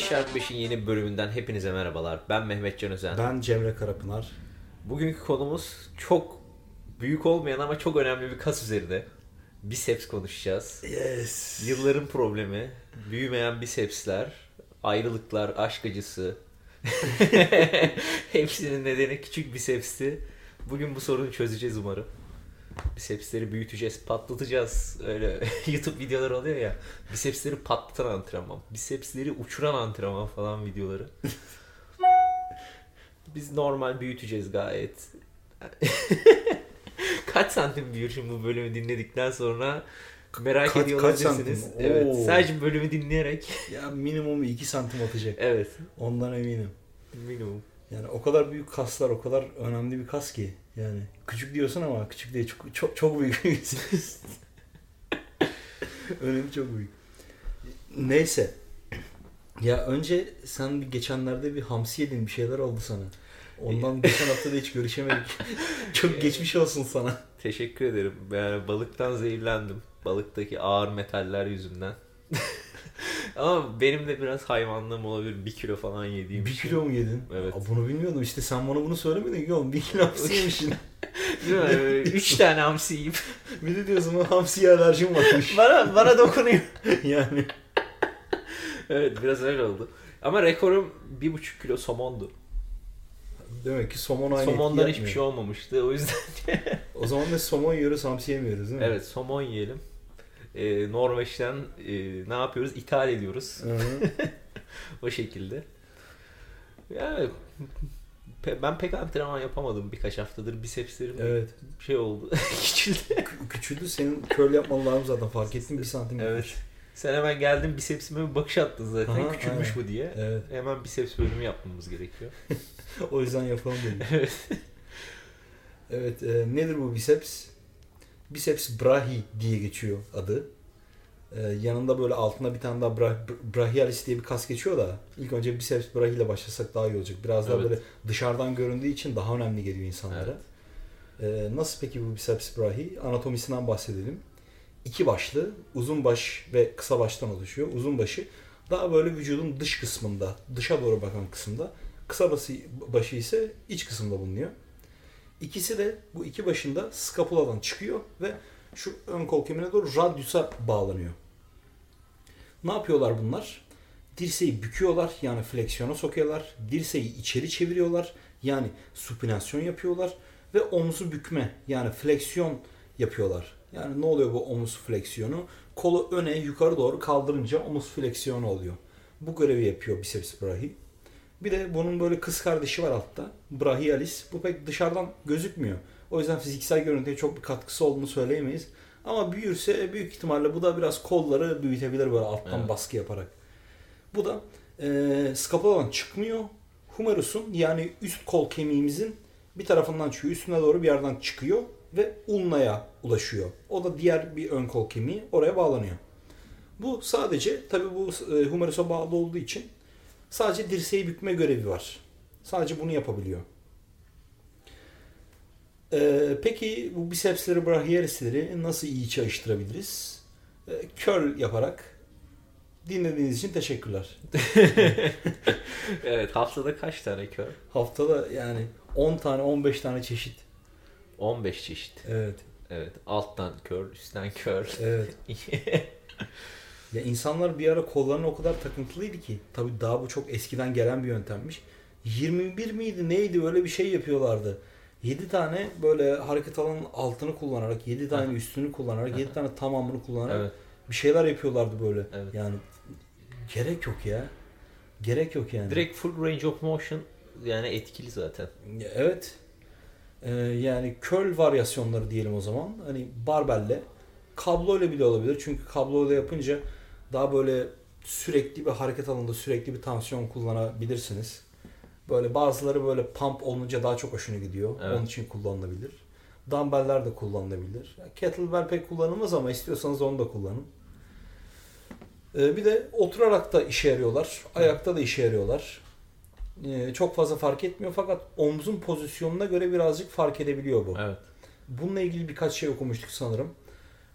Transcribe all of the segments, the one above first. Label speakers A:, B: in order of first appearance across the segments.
A: 5x5'in yeni bir bölümünden hepinize merhabalar. Ben Mehmet Can Özen.
B: Ben Cemre Karapınar.
A: Bugünkü konumuz çok büyük olmayan ama çok önemli bir kas üzerinde. Biceps konuşacağız.
B: Yes.
A: Yılların problemi, büyümeyen bicepsler, ayrılıklar, aşk acısı. Hepsinin nedeni küçük bicepsti. Bugün bu sorunu çözeceğiz umarım. Bicepsleri büyüteceğiz, patlatacağız. Öyle YouTube videoları oluyor ya. Bicepsleri patlatan antrenman, bicepsleri uçuran antrenman falan videoları. Biz normal büyüteceğiz gayet. Kaç santim büyür şimdi bu bölümü dinledikten sonra merak ediyor olabilirsiniz. Evet, sadece bölümü dinleyerek.
B: Ya minimum 2 santim atacak.
A: Evet.
B: Ondan eminim.
A: Minimum.
B: Yani o kadar büyük kaslar, o kadar önemli bir kas ki. Yani küçük diyorsun ama küçük değil, çok büyük bir biceps. Önemi çok büyük. Neyse. Ya önce sen geçenlerde bir hamsi yedin, bir şeyler oldu sana. Ondan geçen hafta da hiç görüşemedik. Çok geçmiş olsun sana.
A: Teşekkür ederim. Yani balıktan zehirlendim. Balıktaki ağır metaller yüzünden. Ama benim de biraz hayvanlığım olabilir. 1 kilo falan yediğim
B: 1 kilo mu yedin?
A: Evet.
B: Bunu bilmiyordum. İşte sen bana bunu söylemedin ki oğlum. 1 kilo hamsi yemişsin.
A: Değil mi? 3 tane hamsi yiyip.
B: Bir de diyorsun o hamsiye alerjim varmış.
A: bana dokunuyor.
B: Yani.
A: Evet, biraz öyle oldu. Ama rekorum 1,5 kilo somondu.
B: Demek ki somon aynı
A: Somondan hiçbir şey olmamıştı. O yüzden.
B: O zaman da somon yiyoruz, hamsi yemiyoruz değil mi?
A: Evet, somon yiyelim. Norveç'ten ne yapıyoruz? İthal ediyoruz. O şekilde. Yani ben pek antrenman yapamadım birkaç haftadır. Bicepslerim şey oldu. Küçüldü.
B: Küçüldü. Senin curl yapman lazım zaten. Fark ettim 1 santim.
A: Evet. Sen hemen geldin bicepsime bir bakış attın zaten.
B: Aha,
A: küçülmüş
B: aynen.
A: bu diye.
B: Evet.
A: Hemen biceps bölümü yapmamız gerekiyor.
B: O yüzden yapalım dedim.
A: Evet.
B: Evet. Nedir bu biceps? Biceps brachi diye geçiyor adı. Yanında böyle altında bir tane daha brachialis diye bir kas geçiyor da ilk önce biceps brachi ile başlasak daha iyi olacak. Biraz daha böyle dışarıdan göründüğü için daha önemli geliyor insanlara. Evet. Nasıl peki bu biceps brachi? Anatomisinden bahsedelim. 2 başlı, uzun baş ve kısa baştan oluşuyor. Uzun başı daha böyle vücudun dış kısmında, dışa doğru bakan kısımda. Kısa başı ise iç kısımda bulunuyor. İkisi de bu 2 başında skapuladan çıkıyor ve şu ön kol kemiğine doğru radyusa bağlanıyor. Ne yapıyorlar bunlar? Dirseği büküyorlar, yani fleksiyona sokuyorlar. Dirseği içeri çeviriyorlar, yani supinasyon yapıyorlar. Ve omuzu bükme, yani fleksiyon yapıyorlar. Yani ne oluyor bu omuz fleksiyonu? Kolu öne yukarı doğru kaldırınca omuz fleksiyonu oluyor. Bu görevi yapıyor biceps brachi. Bir de bunun böyle kız kardeşi var altta. Brachialis. Bu pek dışarıdan gözükmüyor. O yüzden fiziksel görüntüye çok bir katkısı olduğunu söyleyemeyiz. Ama büyürse büyük ihtimalle bu da biraz kolları büyütebilir böyle alttan baskı yaparak. Bu da skapuladan çıkmıyor. Humerus'un, yani üst kol kemiğimizin bir tarafından çıkıyor. Üstüne doğru bir yerden çıkıyor ve ulnaya ulaşıyor. O da diğer bir ön kol kemiği, oraya bağlanıyor. Bu sadece, tabii bu humerus'a bağlı olduğu için sadece dirseği bükme görevi var. Sadece bunu yapabiliyor. Peki bu bicepsleri, brachialisleri nasıl iyi çalıştırabiliriz? Curl yaparak. Dinlediğiniz için teşekkürler.
A: Evet, haftada kaç tane curl?
B: Haftada yani 10 tane 15 tane çeşit.
A: 15 çeşit.
B: Evet.
A: Evet, alttan curl, üstten curl.
B: Evet. Ya insanlar bir ara kollarına o kadar takıntılıydı ki. Tabii daha bu çok eskiden gelen bir yöntemmiş. 21 miydi neydi, öyle bir şey yapıyorlardı. 7 tane böyle hareket alanının altını kullanarak, 7 tane üstünü kullanarak, 7 tane tamamını kullanarak bir şeyler yapıyorlardı böyle.
A: Evet.
B: Yani gerek yok ya. Gerek yok yani.
A: Direkt full range of motion, yani etkili zaten.
B: Evet. Yani curl varyasyonları diyelim o zaman. Hani barbelle, kabloyla bile olabilir. Çünkü kabloyla yapınca daha böyle sürekli bir hareket alanında sürekli bir tansiyon kullanabilirsiniz. Böyle bazıları böyle pump olunca daha çok hoşuna gidiyor. Evet. Onun için kullanılabilir. Dumbbell'ler de kullanılabilir. Kettlebell pek kullanılmaz ama istiyorsanız onu da kullanın. Bir de oturarak da işe yarıyorlar. Ayakta da işe yarıyorlar. Çok fazla fark etmiyor fakat omzun pozisyonuna göre birazcık fark edebiliyor bu.
A: Evet.
B: Bununla ilgili birkaç şey okumuştuk sanırım.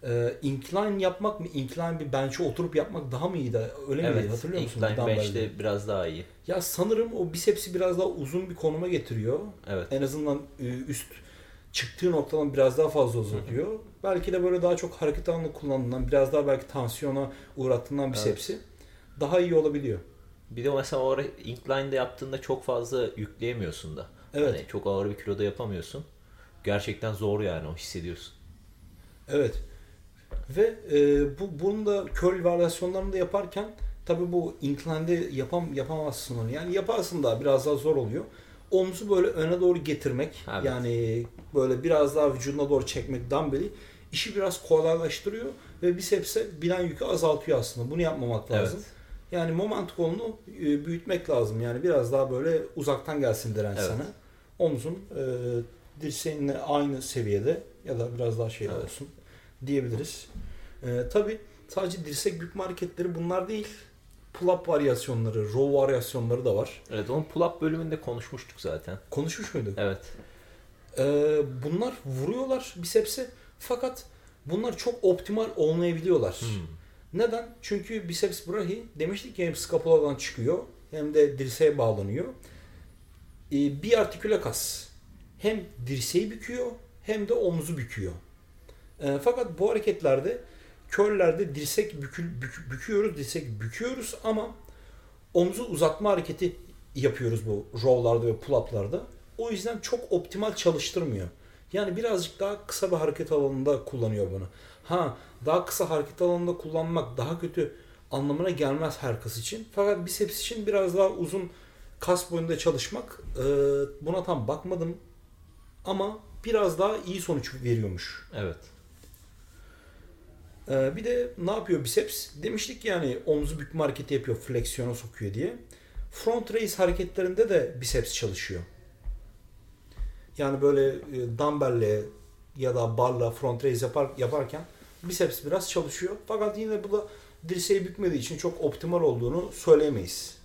B: Incline yapmak mı? Incline bir bench'e oturup yapmak daha mı iyi de öyle miydi?
A: Evet,
B: Hatırlıyor musun?
A: incline bench'te biraz daha iyi.
B: Ya sanırım o bisepsi biraz daha uzun bir konuma getiriyor.
A: Evet.
B: En azından üst çıktığı noktadan biraz daha fazla uzatıyor. Belki de böyle daha çok hareket alanı kullandığından, biraz daha belki tansiyona uğrattığından bisepsi daha iyi olabiliyor.
A: Bir de mesela o ara incline'de yaptığında çok fazla yükleyemiyorsun da.
B: Evet.
A: Hani çok ağır bir kiloda yapamıyorsun. Gerçekten zor yani, o hissediyorsun.
B: Evet. Ve bunun da curl varyasyonlarını da yaparken tabii bu incline'de yapamazsın onu. Yani yaparsın da biraz daha zor oluyor. Omzu böyle öne doğru getirmek,
A: Evet.
B: yani böyle biraz daha vücuduna doğru çekmek dumbbell'i işi biraz kolaylaştırıyor ve bisepse binen yükü azaltıyor aslında. Bunu yapmamak lazım.
A: Evet.
B: Yani moment kolunu büyütmek lazım. Yani biraz daha böyle uzaktan gelsin direnç
A: Evet.
B: sana. Omzun dirseğinle aynı seviyede ya da biraz daha şeyde olsun diyebiliriz. Tabii sadece dirsek bükme hareketleri bunlar değil. Pull-up varyasyonları, row varyasyonları da var.
A: Evet, onun pull-up bölümünde konuşmuştuk zaten.
B: Konuşmuş muyduk?
A: Evet.
B: Bunlar vuruyorlar bisepse fakat bunlar çok optimal olmayabiliyorlar. Neden? Çünkü biceps brachi demiştik ki hem skapuladan çıkıyor hem de dirseğe bağlanıyor. Bir artiküle kas. Hem dirseği büküyor hem de omuzu büküyor. Fakat bu hareketlerde curl'lerde dirsek büküyoruz, dirsek büküyoruz ama omuzu uzatma hareketi yapıyoruz bu row'larda ve pull-up'larda. O yüzden çok optimal çalıştırmıyor. Yani birazcık daha kısa bir hareket alanında kullanıyor bunu. Daha kısa hareket alanında kullanmak daha kötü anlamına gelmez her kas için. Fakat biceps için biraz daha uzun kas boyunda çalışmak, buna tam bakmadım ama biraz daha iyi sonuç veriyormuş.
A: Evet.
B: Bir de ne yapıyor biceps? Demiştik yani omzu bükme hareketi yapıyor, fleksiyona sokuyor diye. Front raise hareketlerinde de biceps çalışıyor. Yani böyle dumbbell'le ya da barla front raise yaparken biceps biraz çalışıyor. Fakat yine bu da dirseği bükmediği için çok optimal olduğunu söyleyemeyiz.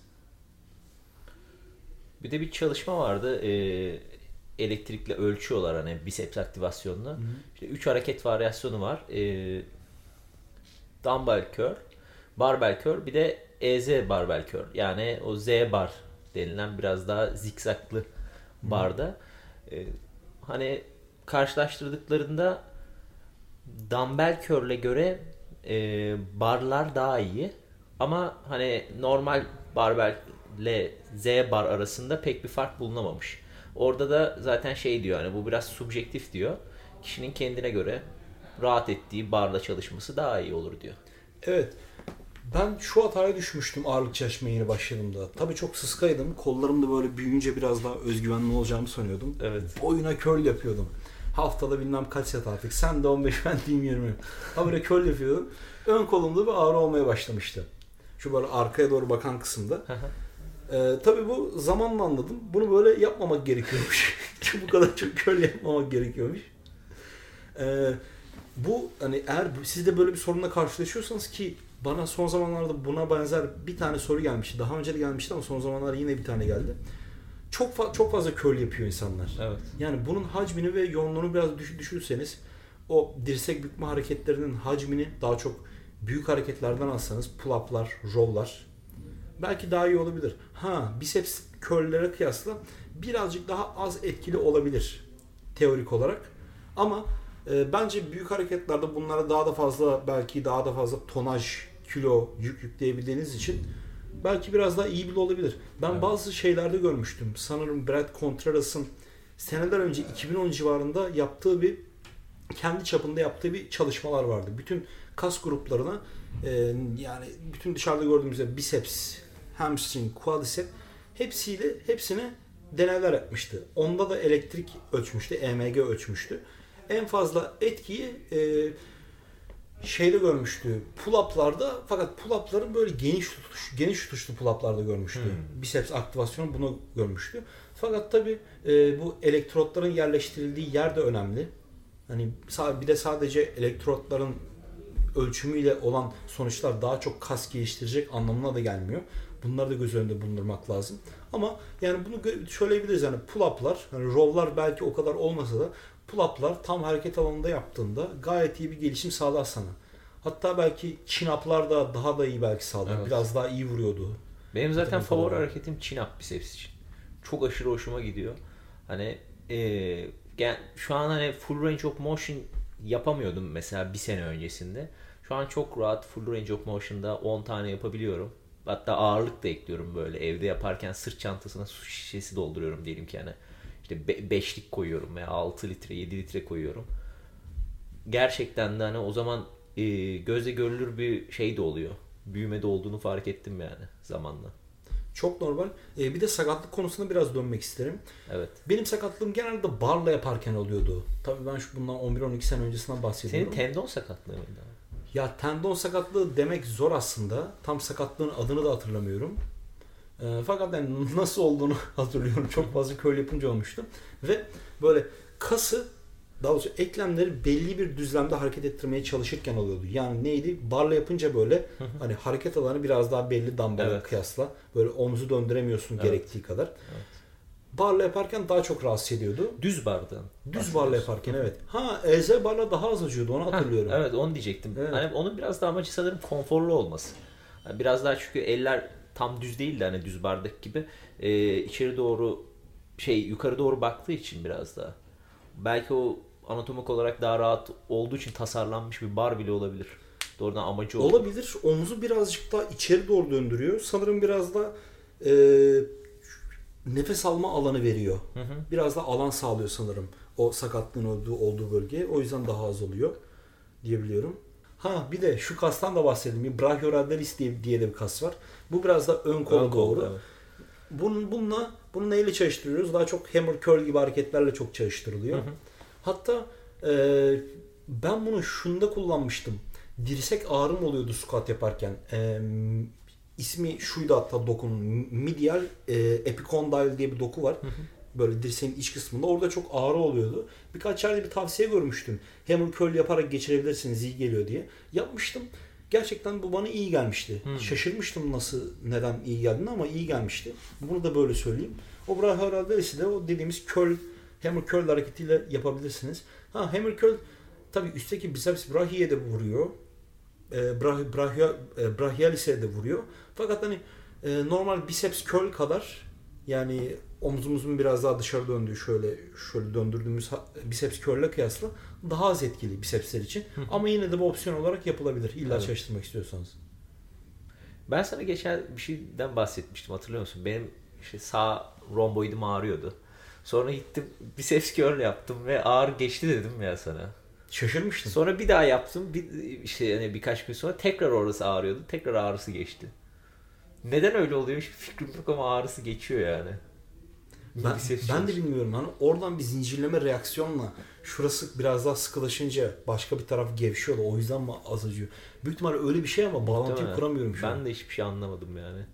A: Bir de bir çalışma vardı. Elektrikle ölçüyorlar hani biceps aktivasyonunu. İşte 3 hareket varyasyonu var. Dumbbell curl, barbell curl, bir de EZ barbell curl. Yani o Z bar denilen biraz daha zikzaklı barda. Hani karşılaştırdıklarında dumbbell curl'e göre barlar daha iyi. Ama hani normal barbell ile Z bar arasında pek bir fark bulunamamış. Orada da zaten şey diyor, hani bu biraz subjektif diyor. Kişinin kendine göre rahat ettiği barla çalışması daha iyi olur diyor.
B: Evet. Ben şu hataya düşmüştüm ağırlık çalışmaya yeni başladığımda. Tabii çok sıskaydım. Kollarım da böyle büyüyünce biraz daha özgüvenli olacağımı sanıyordum.
A: Evet.
B: Boyuna curl yapıyordum. Haftada bilmem kaç set artık. Sen de 15, ben diyeyim 20. Ha böyle curl yapıyordum. Ön kolumda bir ağrı olmaya başlamıştı. Şu böyle arkaya doğru bakan kısımda. Tabii bu zamanla anladım. Bunu böyle yapmamak gerekiyormuş. Bu kadar çok curl yapmamak gerekiyormuş. Bu hani eğer siz de böyle bir sorunla karşılaşıyorsanız, ki bana son zamanlarda buna benzer bir tane soru gelmişti. Daha önce de gelmişti ama son zamanlarda yine bir tane geldi. Çok fazla curl yapıyor insanlar.
A: Evet.
B: Yani bunun hacmini ve yoğunluğunu biraz düşürürseniz o dirsek bükme hareketlerinin hacmini daha çok büyük hareketlerden alsanız, pull-up'lar, row'lar belki daha iyi olabilir. Biceps curl'lere kıyasla birazcık daha az etkili olabilir teorik olarak. Ama bence büyük hareketlerde bunlara daha da fazla tonaj, kilo yükleyebildiğiniz için belki biraz daha iyi bile olabilir. Ben bazı şeylerde görmüştüm. Sanırım Brad Contreras'ın seneler önce 2010 civarında kendi çapında yaptığı bir çalışmalar vardı. Bütün kas gruplarına yani bütün dışarıda gördüğümüzde biceps, hamstring, quadricep hepsine deneyler yapmıştı. Onda da elektrik ölçmüştü, EMG ölçmüştü. En fazla etkiyi şeyde görmüştü, pull-up'larda, fakat pull-up'ların böyle geniş tutuşlu pull-up'larda görmüştü. Biceps aktivasyonu bunu görmüştü. Fakat tabii bu elektrotların yerleştirildiği yer de önemli. Hani bir de sadece elektrotların ölçümüyle olan sonuçlar daha çok kas geliştirecek anlamına da gelmiyor. Bunları da göz önünde bulundurmak lazım. Ama yani bunu söyleyebiliriz yani pull-up'lar, yani row'lar belki o kadar olmasa da pull-up'lar tam hareket alanında yaptığında gayet iyi bir gelişim sağlar sana. Hatta belki chin-up'lar da daha da iyi belki sağlar.
A: Evet.
B: Biraz daha iyi vuruyordu.
A: Benim zaten favori hareketim chin-up biceps için. Çok aşırı hoşuma gidiyor. Hani şu an hani full range of motion yapamıyordum mesela bir sene öncesinde. Şu an çok rahat full range of motion'da 10 tane yapabiliyorum. Hatta ağırlık da ekliyorum böyle. Evde yaparken sırt çantasına su şişesi dolduruyorum diyelim ki hani. İşte 5'lik koyuyorum veya 6 litre, 7 litre koyuyorum. Gerçekten de hani o zaman gözle görülür bir şey de oluyor. Büyüme de olduğunu fark ettim yani zamanla.
B: Çok normal. Bir de sakatlık konusuna biraz dönmek isterim.
A: Evet.
B: Benim sakatlığım genelde barla yaparken oluyordu. Tabii ben bundan 11-12 sene öncesinden bahsediyorum.
A: Senin tendon sakatlığı mıydı?
B: Ya tendon sakatlığı demek zor aslında. Tam sakatlığın adını da hatırlamıyorum. Fakat yani nasıl olduğunu hatırlıyorum. Çok fazla curl yapınca olmuştu. Ve böyle kası, daha doğrusu eklemleri belli bir düzlemde hareket ettirmeye çalışırken oluyordu. Yani neydi? Barla yapınca böyle hani hareket alanı biraz daha belli dumbbell'a kıyasla. Böyle omuzu döndüremiyorsun gerektiği kadar. Evet. Barla yaparken daha çok rahatsız ediyordu.
A: Düz bardan.
B: Düz barla yaparken evet. EZ barla daha az acıyordu, onu hatırlıyorum.
A: Evet, onu diyecektim. Evet. Hani onun biraz daha amacı sanırım konforlu olması. Yani biraz daha çünkü eller tam düz değil de hani düz bardaki gibi içeri doğru yukarı doğru baktığı için biraz daha. Belki o anatomik olarak daha rahat olduğu için tasarlanmış bir bar bile olabilir. Doğrudan amacı
B: olabilir. Omuzu birazcık daha içeri doğru döndürüyor. Sanırım biraz da nefes alma alanı veriyor. Biraz da alan sağlıyor sanırım. O sakatlığın olduğu bölgeye. O yüzden daha az oluyor diyebiliyorum. Bir de şu kastan da bahsedelim. Brachioradialis diye de bir kas var. Bu biraz da ön kola doğru. Evet. Bunu neyle çalıştırıyoruz? Daha çok hammer curl gibi hareketlerle çok çalıştırılıyor. Hatta ben bunu şunda kullanmıştım. Dirsek ağrım oluyordu squat yaparken. İsmi şuydu hatta dokunun. Medial epicondyle diye bir doku var. Böyle dirseğin iç kısmında. Orada çok ağrı oluyordu. Birkaç yerde bir tavsiye görmüştüm. Hammer curl yaparak geçirebilirsiniz, iyi geliyor diye. Yapmıştım. Gerçekten bu bana iyi gelmişti. Şaşırmıştım neden iyi geldiğini ama iyi gelmişti. Bunu da böyle söyleyeyim. O brachioradialis'i de o dediğimiz hammer curl hareketiyle yapabilirsiniz. Hammer curl tabii üstteki biceps brachia'ya de vuruyor. Brachialis'e de vuruyor. Fakat hani normal biceps curl kadar, yani omzumuzun biraz daha dışarı döndüğü şöyle döndürdüğümüz biceps curl'le kıyasla daha az etkili bicepsler için. Ama yine de bu opsiyon olarak yapılabilir. İlla çalıştırmak istiyorsanız.
A: Ben sana geçen bir şeyden bahsetmiştim, hatırlıyor musun? Benim sağ romboidum ağrıyordu. Sonra gittim biceps curl yaptım ve ağrı geçti dedim ya sana.
B: Şaşırmıştım.
A: Sonra bir daha yaptım. Birkaç gün sonra tekrar orası ağrıyordu. Tekrar ağrısı geçti. Neden öyle oluyor hiçbir fikrim yok ama ağrısı geçiyor yani.
B: Ben de bilmiyorum. Hani oradan bir zincirleme reaksiyonla şurası biraz daha sıkılaşınca başka bir taraf gevşiyor da o yüzden mi az acıyor? Büyük ihtimalle öyle bir şey ama bağlantıyı kuramıyorum şu an.
A: Ben de hiçbir şey anlamadım yani.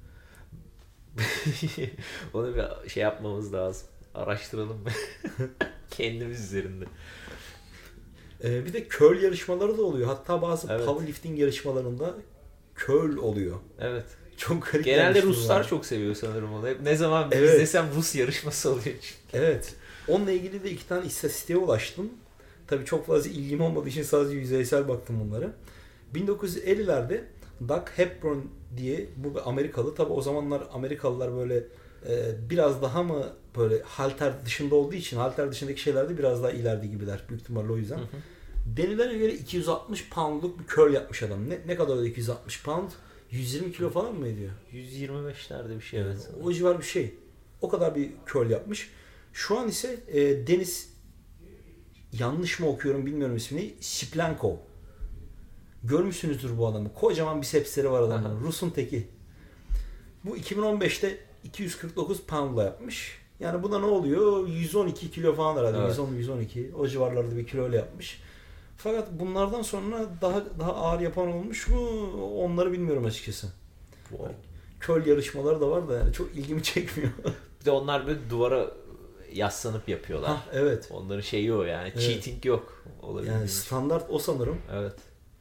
A: Onu bir yapmamız lazım. Araştıralım. Kendimiz üzerinde.
B: Bir de curl yarışmaları da oluyor. Hatta bazı powerlifting yarışmalarında curl oluyor.
A: Evet.
B: Çok garip.
A: Genelde Ruslar çok seviyor sanırım onu. Hep ne zaman izlesem Rus yarışması oluyor çünkü.
B: Evet. Onunla ilgili de 2 tane istatistiğe ulaştım. Tabii çok fazla ilgim olmadığı için sadece yüzeysel baktım bunlara. 1950'lerde Doug Hepburn diye bu Amerikalı. Tabii o zamanlar Amerikalılar böyle biraz daha mı böyle halter dışında olduğu için halter dışındaki şeylerde biraz daha ileride gibiler. Büyük ihtimalle o yüzden. Denilene göre 260 poundluk bir curl yapmış adam. Ne kadar o 260 pound? 120 kilo falan mı ediyor?
A: 125'lerde bir şey evet.
B: O civar bir şey. O kadar bir curl yapmış. Şu an ise Deniz, yanlış mı okuyorum bilmiyorum ismini, Shiplenko. Görmüşsünüzdür bu adamı. Kocaman bisepsleri var adamın. Rus'un teki. Bu 2015'te 249 poundla yapmış. Yani bu da ne oluyor? 112 kilo falan herhalde. Evet. 110-112. O civarlarda bir kilo öyle yapmış. Fakat bunlardan sonra daha ağır yapan olmuş mu? Onları bilmiyorum açıkçası. Wow. Curl yarışmaları da var da yani çok ilgimi çekmiyor.
A: Bir de onlar böyle duvara yaslanıp yapıyorlar.
B: Evet.
A: Onların şeyi o yani. Evet. Cheating yok.
B: Yani standart o sanırım.
A: Evet.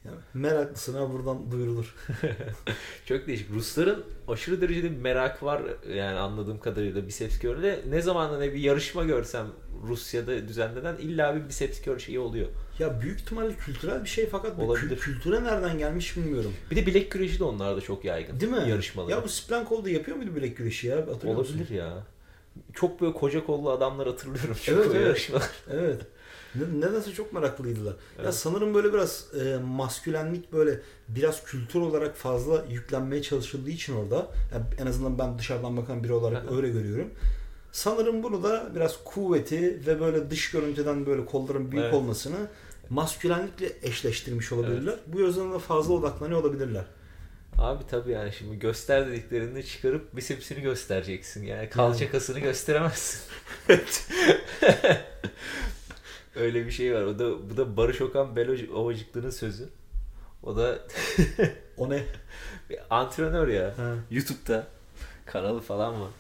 B: Yani meraklısına buradan duyurulur.
A: Çok değişik. Rusların aşırı derecede bir merakı var yani anladığım kadarıyla biceps curl'e. Ne zaman ne bir yarışma görsem Rusya'da düzenlenen illa bir biceps curl şeyi oluyor.
B: Ya büyük ihtimalle kültürel bir şey fakat bu
A: Olabilir.
B: kültüre nereden gelmiş bilmiyorum.
A: Bir de bilek güreşi de onlarda çok yaygın.
B: Değil mi?
A: Yarışmaları.
B: Ya bu Splankol'da yapıyor muydu bilek güreşi ya? Hatırlıyor
A: olabilir
B: musun?
A: ya. Çok böyle koca kollu adamlar hatırlıyorum çünkü
B: Evet,
A: o
B: evet.
A: yarışmalar.
B: Evet. Nedense çok meraklıydılar.
A: Evet.
B: Ya sanırım böyle biraz maskülenlik böyle biraz kültür olarak fazla yüklenmeye çalışıldığı için orada, yani en azından ben dışarıdan bakan biri olarak öyle görüyorum. Sanırım bunu da biraz kuvveti ve böyle dış görüntüden böyle kolların büyük olmasını maskülenlikle eşleştirmiş olabilirler. Evet. Bu yüzden de fazla odaklanıyor olabilirler.
A: Abi tabii yani şimdi göster dediklerini çıkarıp bisepsini göstereceksin. Yani kalça kasını gösteremezsin. Öyle bir şey var. Bu da Barış Okan Ovacıklı'nın sözü. O da
B: o ne?
A: Bir antrenör ya. YouTube'da kanalı falan var.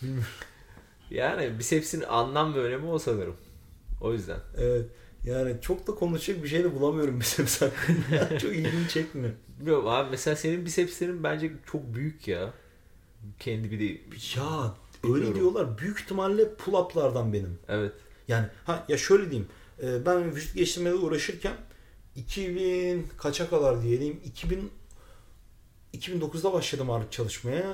A: Yani bisepsin anlam ve önemi o sanırım. O yüzden.
B: Evet. Yani çok da konuşacak bir şey de bulamıyorum biceps hakkında. Çok ilgimi çekmiyor.
A: Bilmiyorum abi, mesela senin bisepslerin bence çok büyük ya. Kendi bir de...
B: Ya öyle diyorlar. Büyük ihtimalle pull-up'lardan benim.
A: Evet.
B: Yani ya şöyle diyeyim. Ben vücut geliştirmeyle uğraşırken 2000 kaça kadar diyelim, 2009'da başladım artık çalışmaya.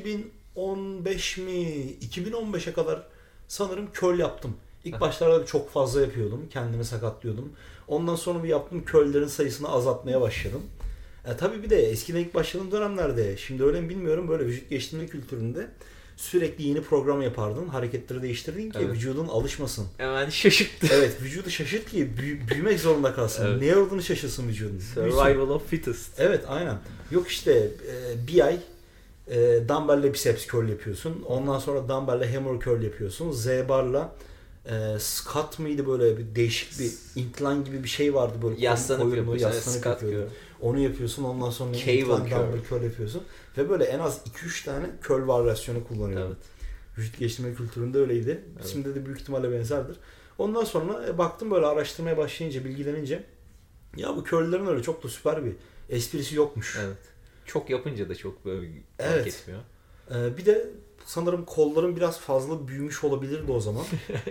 B: 2015 mi? 2015'e kadar sanırım curl yaptım. İlk başlarda çok fazla yapıyordum. Kendimi sakatlıyordum. Ondan sonra bir yaptım, curl'lerin sayısını azaltmaya başladım. Tabii bir de eskiden ilk başladığım dönemlerde, şimdi öyle mi bilmiyorum, böyle vücut geliştirme kültüründe sürekli yeni program yapardın. Hareketleri değiştirdin ki vücudun alışmasın.
A: Hemen şaşırttı.
B: Evet, vücudu şaşırt ki büyümek zorunda kalsın. Evet. Neye olduğunu şaşırsın vücudun.
A: Survival of fittest.
B: Evet, aynen. Yok işte bir ay dumbbell'le biceps curl yapıyorsun. Ondan sonra dumbbell'le hammer curl yapıyorsun. Z-bar'la squat mıydı, böyle bir değişik bir incline gibi bir şey vardı böyle.
A: Yaslanıp yapıyorsun.
B: Onu yapıyorsun. Ondan sonra incline dumbbell curl yapıyorsun. Ve böyle en az 2-3 tane curl varyasyonu kullanıyordum. Evet. Vücut geliştirme kültüründe öyleydi. Evet. Şimdi de büyük ihtimalle benzerdir. Ondan sonra baktım böyle, araştırmaya başlayınca, bilgilenince ya bu curl'lerin öyle çok da süper bir esprisi yokmuş.
A: Evet. Çok yapınca da çok böyle fark etmiyor.
B: Bir de sanırım kolların biraz fazla büyümüş olabilirdi o zaman.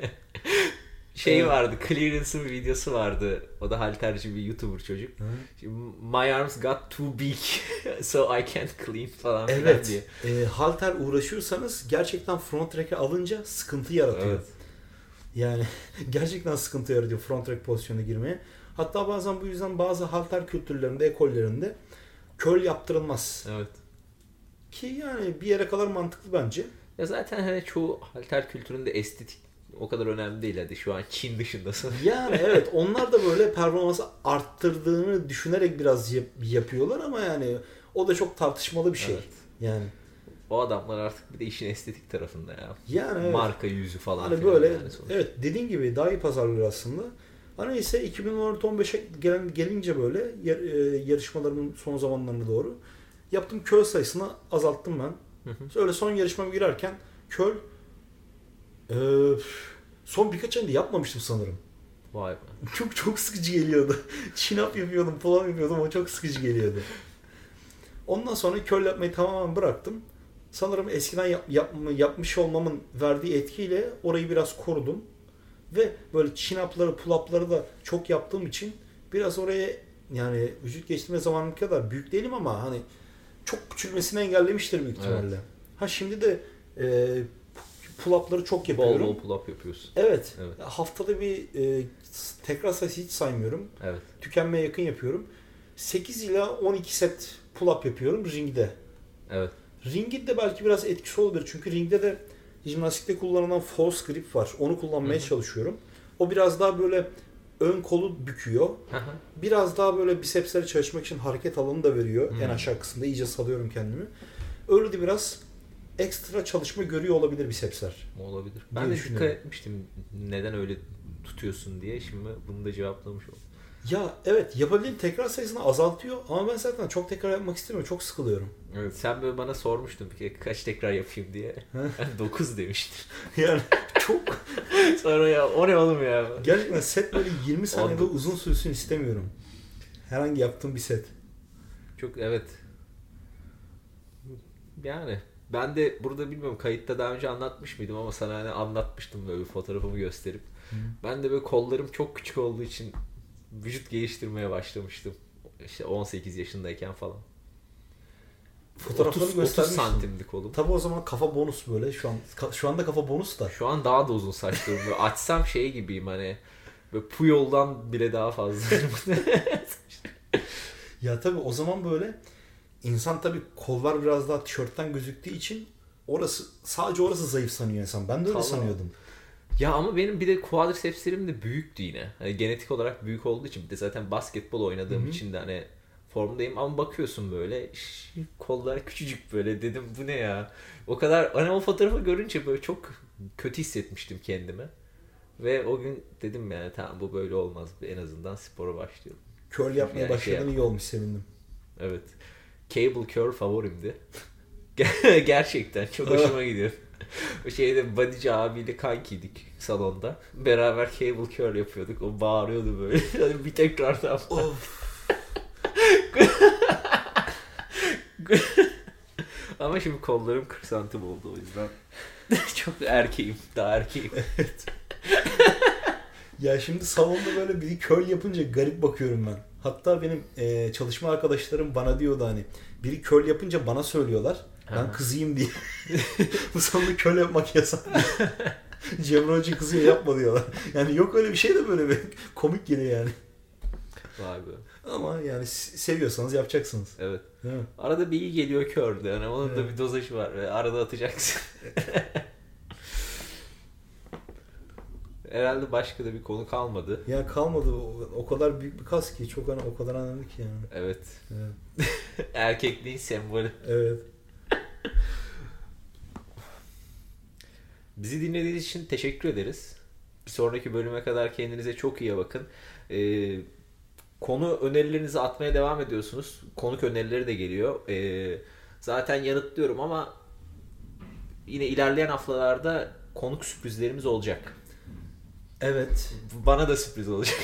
A: Vardı, Clearance'ın bir videosu vardı. O da halterci bir YouTuber çocuk. My arms got too big so I can't clean falan
B: diye. Halter uğraşıyorsanız gerçekten front rack'e alınca sıkıntı yaratıyor. Evet. Yani gerçekten sıkıntı yaratıyor front rack pozisyonuna girmeye. Hatta bazen bu yüzden bazı halter kültürlerinde, ekollerinde curl yaptırılmaz.
A: Evet.
B: Ki yani bir yere kadar mantıklı bence.
A: Ya zaten hani çoğu halter kültüründe estetik o kadar önemli değil, hadi şu an Çin dışındasın.
B: Yani evet, onlar da böyle performansı arttırdığını düşünerek biraz yapıyorlar ama yani o da çok tartışmalı bir şey. Evet. Yani
A: o adamlar artık bir de işin estetik tarafında ya.
B: Yani evet.
A: Marka yüzü falan.
B: Hani böyle yani evet, dediğin gibi daha iyi pazarlıyor aslında. Hani ise 2014-15'e gelince böyle yarışmaların son zamanlarına doğru yaptığım curl sayısını azalttım ben. Öyle son yarışmama girerken curl son birkaç ayında yapmamıştım sanırım.
A: Vay be.
B: Çok sıkıcı geliyordu. Chin-up yapıyordum, pull-up yapıyordum ama çok sıkıcı geliyordu. Ondan sonra curl yapmayı tamamen bıraktım. Sanırım eskiden yapmış olmamın verdiği etkiyle orayı biraz korudum. Ve böyle chin-up'ları, pull-up'ları da çok yaptığım için biraz oraya, yani vücut geliştirme zamanım kadar büyük değilim ama hani çok küçülmesini engellemiştir büyük ihtimalle. Evet. Şimdi de pull-up'ları çok yapıyorum.
A: Bol pull-up yapıyorsun.
B: Evet. Haftada bir tekrar sayısı hiç saymıyorum.
A: Evet.
B: Tükenmeye yakın yapıyorum. 8 ila 12 set pull-up yapıyorum ringde.
A: Evet.
B: Ringin de belki biraz etkisi olabilir. Çünkü ringde de jimnastikte kullanılan false grip var. Onu kullanmaya çalışıyorum. O biraz daha böyle ön kolu büküyor. Biraz daha böyle bisepsleri çalışmak için hareket alanı da veriyor. En aşağı kısımda iyice salıyorum kendimi. Öyle de biraz ekstra çalışma görüyor olabilir bisepsler.
A: Olabilir. Ben de dikkat etmiştim neden öyle tutuyorsun diye. Şimdi bunu da cevaplamış oldum.
B: Ya evet, yapabildiğim tekrar sayısını azaltıyor ama ben zaten çok tekrar yapmak istemiyorum. Çok sıkılıyorum.
A: Evet, sen böyle bana sormuştun peki kaç tekrar yapayım diye. Ben 9 demiştim.
B: Yani çok.
A: Sonra ya o ne oğlum ya.
B: Gerçekten set böyle 20 saniyede uzun sürsün istemiyorum. Herhangi yaptığın bir set.
A: Çok evet. Yani ben de burada bilmiyorum kayıtta daha önce anlatmış mıydım ama sana hani anlatmıştım böyle bir fotoğrafımı gösterip.
B: Hı.
A: Ben de böyle kollarım çok küçük olduğu için vücut geliştirmeye başlamıştım. İşte 18 yaşındayken falan.
B: Fotoğrafları
A: 30
B: göstermişsin.
A: santimdi kolum.
B: Tabii o zaman kafa bonus böyle. Şu anda kafa bonus da.
A: Şu an daha da uzun saçlarım. Böyle açsam şey gibiyim hani. Böyle Puyol'dan bile daha fazla.
B: Ya tabii o zaman böyle insan tabii kollar biraz daha tişörtten gözüktüğü için sadece orası zayıf sanıyor insan. Ben de öyle
A: Tamam.
B: sanıyordum.
A: Ya ama benim bir de quadricepslerim de büyüktü yine. Hani genetik olarak büyük olduğu için bir de zaten basketbol oynadığım
B: Hı hı.
A: için de hani formdayım ama bakıyorsun böyle kollar küçücük böyle dedim bu ne ya. O kadar hani o fotoğrafı görünce böyle çok kötü hissetmiştim kendimi. Ve o gün dedim yani tamam bu böyle olmaz. En azından spora başlıyorum.
B: Curl yapmaya
A: Yani
B: başladığın iyi olmuş, sevindim.
A: Evet. Cable curl favorimdi. Gerçekten çok hoşuma gidiyor. O şeyde Bodyci abiyle kankiydik salonda. Beraber cable curl yapıyorduk. O bağırıyordu böyle. Hani bir tekrardan.
B: Of.
A: Ama şimdi kollarım 40 santim oldu o yüzden. Çok erkeğim. Daha erkeğim.
B: Evet. Ya şimdi salonda böyle biri curl yapınca garip bakıyorum ben. Hatta benim çalışma arkadaşlarım bana diyordu hani biri curl yapınca bana söylüyorlar. Ben
A: Ha.
B: kızıyım diye. Bu salonda curl yapmak yasak diye. Cemre Hoca kızıyor, yapma diyorlar. Yani yok öyle bir şey de böyle bir komik geliyor yani.
A: Vay be.
B: Ama yani seviyorsanız yapacaksınız.
A: Evet.
B: Değil mi?
A: Arada bir iyi geliyor curl. Yani onun da
B: Evet.
A: bir dozajı var. Ve arada atacaksın. Herhalde başka da bir konu kalmadı.
B: Ya kalmadı. O kadar büyük bir kas ki. Çok o kadar önemli ki yani.
A: Evet.
B: Evet.
A: Erkekliğin sembolü.
B: Evet.
A: Bizi dinlediğiniz için teşekkür ederiz. Bir sonraki bölüme kadar kendinize çok iyi bakın. Konu önerilerinizi atmaya devam ediyorsunuz. Konuk önerileri de geliyor. Zaten yanıtlıyorum ama yine ilerleyen haftalarda konuk sürprizlerimiz olacak.
B: Evet.
A: Bana da sürpriz olacak.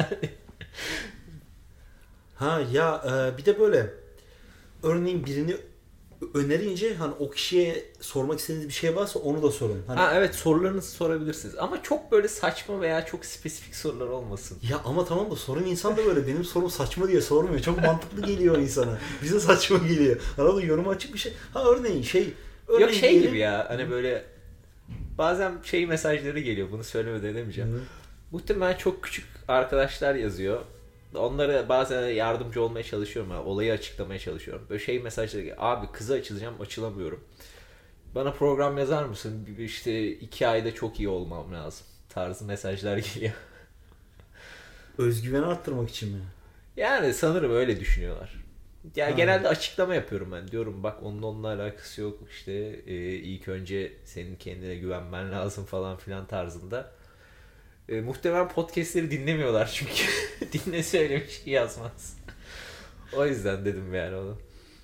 B: Ha ya bir de böyle örneğin birini önerince hani o kişiye sormak istediğiniz bir şey varsa onu da sorun. Hani,
A: Ha evet, sorularınızı sorabilirsiniz. Ama çok böyle saçma veya çok spesifik sorular olmasın.
B: ya ama tamam da sorun insan da böyle benim sorum saçma diye sormuyor. Çok mantıklı geliyor insana. Bize saçma geliyor. Arada yoruma açık bir şey. Ha örneğin
A: Yok şey
B: diyelim-
A: gibi ya hani böyle bazen şey mesajları geliyor, bunu söylemeden edemeyeceğim.
B: Hı.
A: Muhtemelen çok küçük arkadaşlar yazıyor. Onlara bazen yardımcı olmaya çalışıyorum. Yani olayı açıklamaya çalışıyorum. Böyle şey mesajları geliyor. Abi kıza açılacağım, açılamıyorum. Bana program yazar mısın? İşte 2 ayda çok iyi olmam lazım tarzı mesajlar geliyor.
B: Özgüveni arttırmak için mi?
A: Yani sanırım öyle düşünüyorlar. Yani
B: Ha.
A: genelde açıklama yapıyorum ben. Diyorum bak onun onunla alakası yok. İşte ilk önce senin kendine güvenmen lazım falan filan tarzında. Muhtemelen podcastleri dinlemiyorlar çünkü. Dinlese öyle bir şey yazmaz. O yüzden dedim yani onu.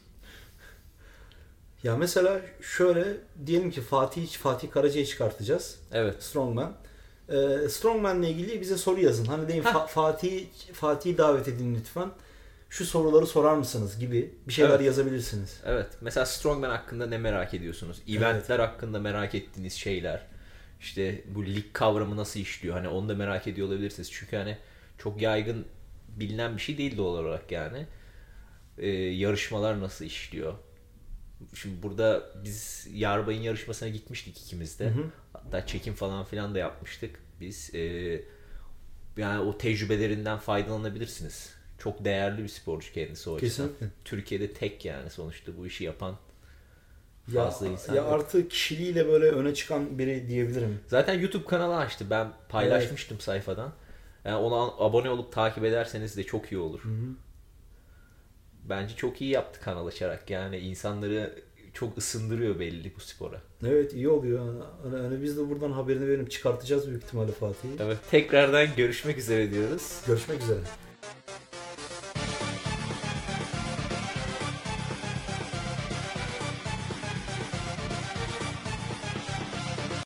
B: Ya mesela şöyle diyelim ki Fatih Karaca'yı çıkartacağız.
A: Evet.
B: Strongman. Strongman'la ilgili bize soru yazın. Hani deyin Fatih'i davet edin lütfen. Şu soruları sorar mısınız gibi bir şeyler
A: Evet.
B: yazabilirsiniz.
A: Evet. Mesela Strongman hakkında ne merak ediyorsunuz? Eventler hakkında merak ettiğiniz şeyler. İşte bu lig kavramı nasıl işliyor? Hani onu da merak ediyor olabilirsiniz. Çünkü hani çok yaygın bilinen bir şey değil doğal olarak yani. Yarışmalar nasıl işliyor? Şimdi burada biz Yarbay'ın yarışmasına gitmiştik ikimiz de.
B: Hı hı.
A: Hatta çekim falan filan da yapmıştık. Biz yani o tecrübelerinden faydalanabilirsiniz. Çok değerli bir sporcu kendisi o açıdan.
B: Kesinlikle.
A: Türkiye'de tek yani sonuçta bu işi yapan
B: Ya,
A: fazla insan
B: ya
A: yok.
B: artı kişiliğiyle böyle öne çıkan biri diyebilirim.
A: Zaten YouTube kanalı açtı. Ben paylaşmıştım sayfadan. Yani ona abone olup takip ederseniz de çok iyi olur.
B: Hı hı.
A: Bence çok iyi yaptı kanal açarak. Yani insanları çok ısındırıyor belli bu spora.
B: Evet, iyi oluyor. Hani biz de buradan haberini verelim. Çıkartacağız büyük ihtimalle Fatih'i.
A: Evet, tekrardan görüşmek üzere diyoruz.
B: Görüşmek üzere.